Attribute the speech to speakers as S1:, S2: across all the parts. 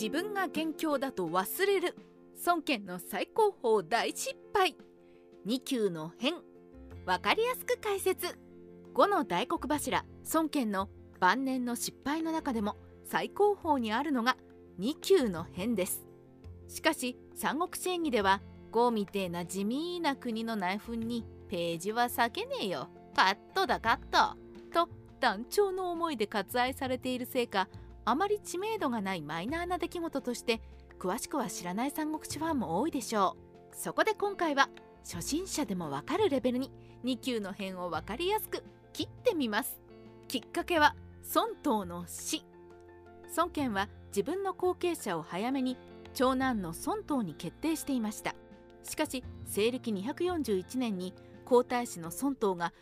S1: 自分が元凶だと忘れる。孫権の最高峰大失敗。2級の変。わかりやすく解説。5の大黒柱孫権の晩年の失敗の中でも最高峰にあるのが2級の変です。しかし三国志演義では呉みてえな地味な国の内紛にページは割けねえよ、カットだカットと断腸の思いで割愛されているせいか、あまり知名度がないマイナーな出来事として詳しくは知らない三国志ファンも多いでしょう。そこで今回は初心者でもわかるレベルに2級の変をわかりやすく切ってみます。きっかけは孫東の死。孫権は自分の後継者を早めに長男の孫東に決定していました。しかし西暦241年に皇太子の孫東が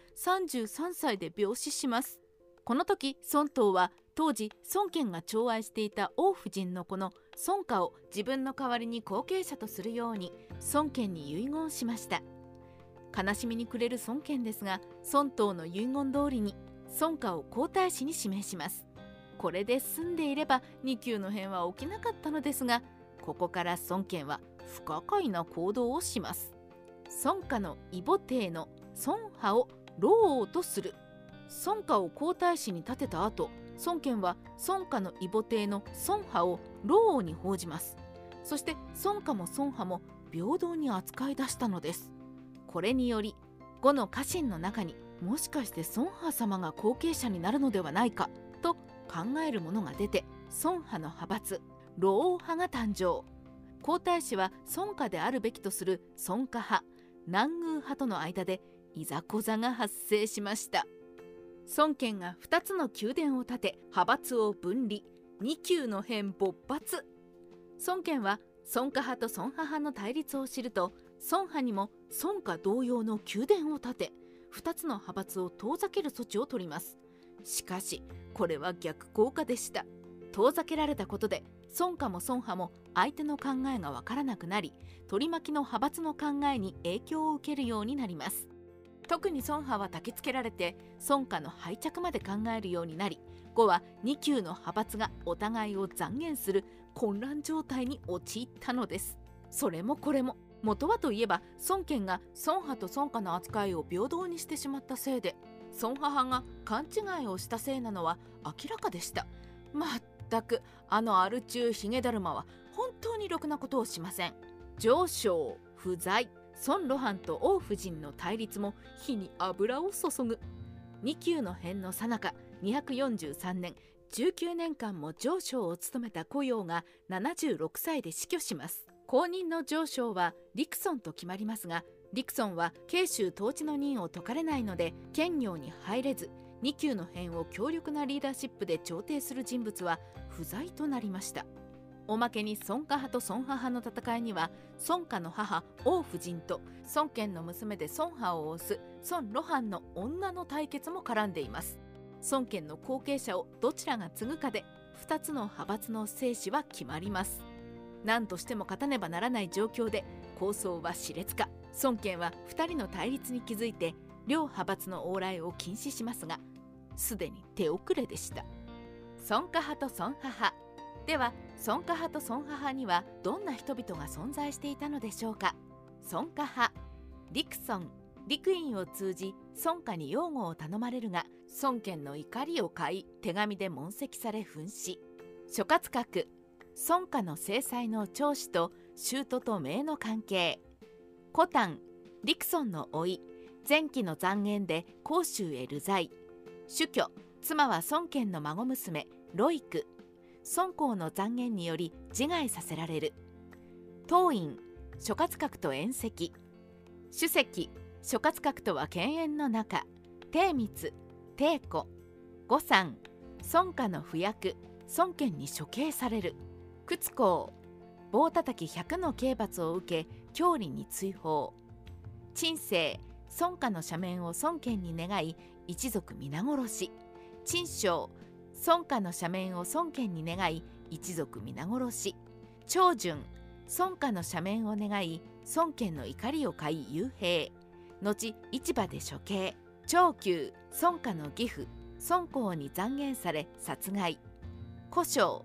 S1: 33歳で病死します。この時孫東は当時孫権が寵愛していた王夫人の子の孫華を自分の代わりに後継者とするように孫権に遺言しました。悲しみに暮れる孫権ですが、孫東の遺言通りに孫華を皇太子に指名します。これで済んでいれば2級の変は起きなかったのですが、ここから孫権は不可解な行動をします。孫華の異母弟の孫覇を老王とする。孫華を皇太子に立てた後、孫権は孫華の異母弟の孫覇を老王に報じます。そして孫華も孫覇も平等に扱い出したのです。これにより呉の家臣の中にもしかして孫覇様が後継者になるのではないかと考える者が出て、孫覇の派閥老王派が誕生。皇太子は孫華であるべきとする孫華派南宮派との間でいざこざが発生しました。孫権が2つの宮殿を建て派閥を分離、2級の変勃発。孫権は孫華派と孫覇派の対立を知ると、孫派にも孫華同様の宮殿を建て2つの派閥を遠ざける措置を取ります。しかしこれは逆効果でした。遠ざけられたことで孫華も孫派も相手の考えがわからなくなり、取り巻きの派閥の考えに影響を受けるようになります。特に孫派は焚きつけられて孫華の敗着まで考えるようになり、呉は2級の派閥がお互いを讒言する混乱状態に陥ったのです。それもこれも元はといえば孫権が孫派と孫華の扱いを平等にしてしまったせいで、孫派が勘違いをしたせいなのは明らかでした。まったくあのアル中ヒゲだるまは本当にろくなことをしません。上昇不在、孫露伴と王夫人の対立も火に油を注ぐ。2級の変の最中、243年19年間も丞相を務めた古陽が76歳で死去します。後任の丞相は陸遜と決まりますが、陸遜は慶州統治の任を解かれないので検業に入れず、2級の変を強力なリーダーシップで調停する人物は不在となりました。おまけに孫華派と孫覇派の戦いには孫華の母王夫人と孫権の娘で孫覇を推す孫露伴の女の対決も絡んでいます。孫権の後継者をどちらが継ぐかで2つの派閥の生死は決まります。何としても勝たねばならない状況で抗争は熾烈化。孫権は2人の対立に気づいて両派閥の往来を禁止しますが、すでに手遅れでした。孫華派と孫覇派では、孫華派と孫覇派にはどんな人々が存在していたのでしょうか。孫華派、陸遜、陸院を通じ孫華に擁護を頼まれるが、孫権の怒りを買い手紙で問責され紛死。諸葛閣、孫華の制裁の長子と舅と姪の関係。古丹、陸遜の甥、前期の讒言で甲州へ流罪。主居、妻は孫権の孫娘ロイク。孫公の讒言により自害させられる。当院、諸葛閣と縁戚。主席、諸葛閣とは犬猿の仲。貞光、貞子。呉山、孫華の不役、孫権に処刑される。屈公、棒叩き100の刑罰を受け郷里に追放。陳清、孫華の赦免を孫権に願い一族皆殺し。陳昌、孫華の赦免を孫権に願い一族皆殺し。長順、孫華の赦免を願い孫権の怒りを買い幽閉。後市場で処刑。長久、孫華の義父孫公に讒言され殺害。古生、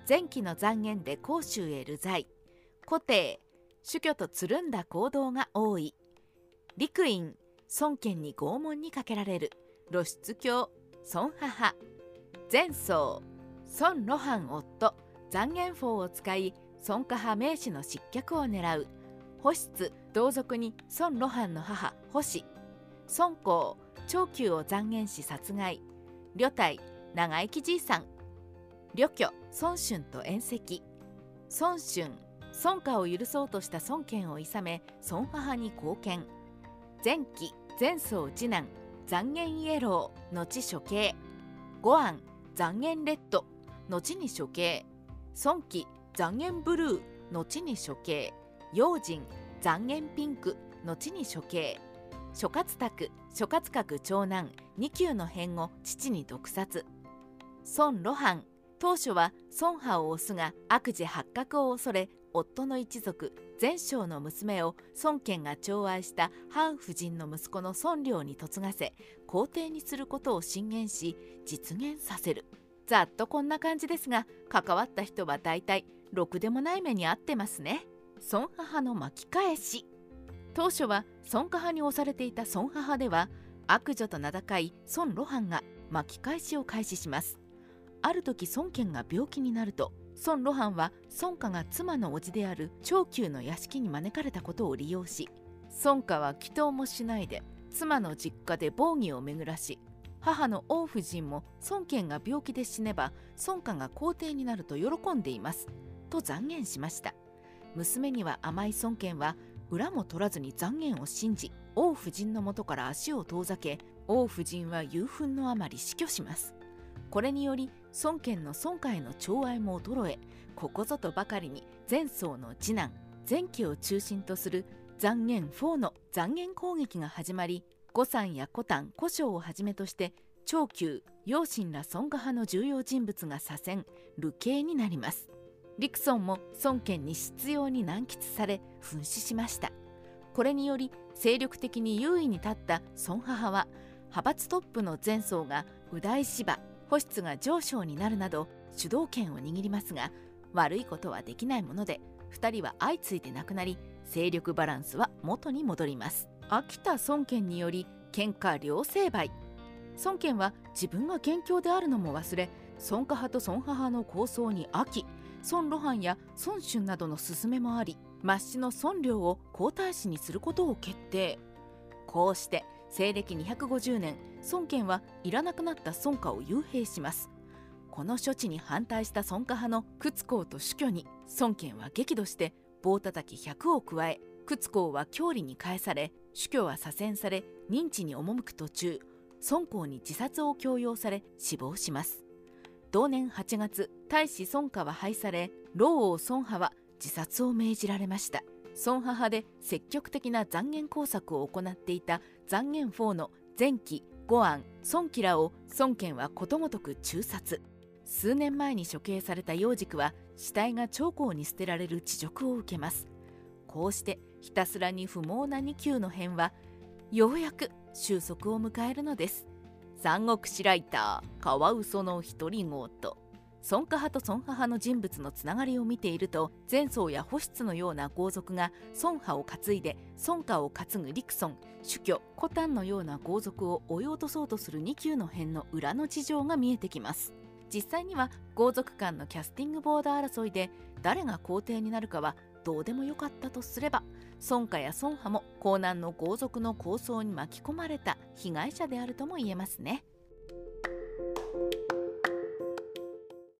S1: 前期の残言で甲州へ流罪。固定、主居とつるんだ行動が多い。陸院、孫権に拷問にかけられる。露出狂、孫母。前宗、孫露伴夫、残言法を使い孫家派名士の失脚を狙う。保湿、同族に孫露伴の母星。孫公、長久を残言し殺害。呂太、長生きじいさん。呂居、孫春と縁戚。孫春、孫家を許そうとした孫権を諌め孫母に貢献。前期、前宗次男、残言イエロー、後処刑。五安、残言レッド、後に処刑。孫期、残言ブルー、後に処刑。用心、残言ピンク、後に処刑。諸葛卓、諸葛閣長男、2級の変を父に毒殺。孫露伴、当初は孫派を推すが悪事発覚を恐れ、夫の一族前章の娘を孫権が寵愛した範夫人の息子の孫亮に嫁がせ、皇帝にすることを進言し実現させる。ざっとこんな感じですが、関わった人は大体ろくでもない目に遭ってますね。孫母の巻き返し。当初は孫家派に押されていた孫母では、悪女と名高い孫露伴が巻き返しを開始します。ある時孫権が病気になると、孫露伴は孫家が妻の叔父である長久の屋敷に招かれたことを利用し、孫家は祈祷もしないで妻の実家で葬儀を巡らし、母の王夫人も孫権が病気で死ねば孫家が皇帝になると喜んでいますと残言しました。娘には甘い孫権は裏も取らずに残言を信じ、王夫人のもとから足を遠ざけ、王夫人は憂憤のあまり死去します。これにより孫権の孫家への寵愛も衰え、ここぞとばかりに前宗の次男前期を中心とする残言4の残言攻撃が始まり、呉山や古丹、古生をはじめとして長久、楊信ら孫家派の重要人物が左遷、流刑になります。陸遜も孫権に執拗に難喫され紛死しました。これにより精力的に優位に立った孫母は、派閥トップの前宗が右大司馬、保湿が上昇になるなど主導権を握りますが、悪いことはできないもので2人は相次いで亡くなり、勢力バランスは元に戻ります。飽きた孫権により喧嘩両成敗。孫権は自分が元凶であるのも忘れ、孫家派と孫母派の抗争に飽き、孫露伴や孫春などの勧めもあり、末子の孫亮を皇太子にすることを決定。こうして西暦250年、孫権はいらなくなった孫家を幽閉します。この処置に反対した孫家派の屈公と主居に孫権は激怒して棒叩き100を加え、屈公は郷里に返され、主居は左遷され任地に赴く途中、孫公に自殺を強要され死亡します。同年8月、太子孫家は廃され、老王孫派は自殺を命じられました。孫派派で積極的な残言工作を行っていた残言4の前期、五安、孫貴らを孫権はことごとく誅殺。数年前に処刑された楊軸は死体が長江に捨てられる恥辱を受けます。こうしてひたすらに不毛な2級の変はようやく収束を迎えるのです。三国志ライターカワウソの独り言。孫家派と孫母派の人物のつながりを見ていると、前宗や保湿のような豪族が孫派を担いで孫家を担ぐ陸遜、主居、古丹のような豪族を追い落とそうとする2級の変の裏の事情が見えてきます。実際には豪族間のキャスティングボーダー争いで誰が皇帝になるかはどうでもよかったとすれば、孫家や孫派も江南の豪族の抗争に巻き込まれた被害者であるとも言えますね。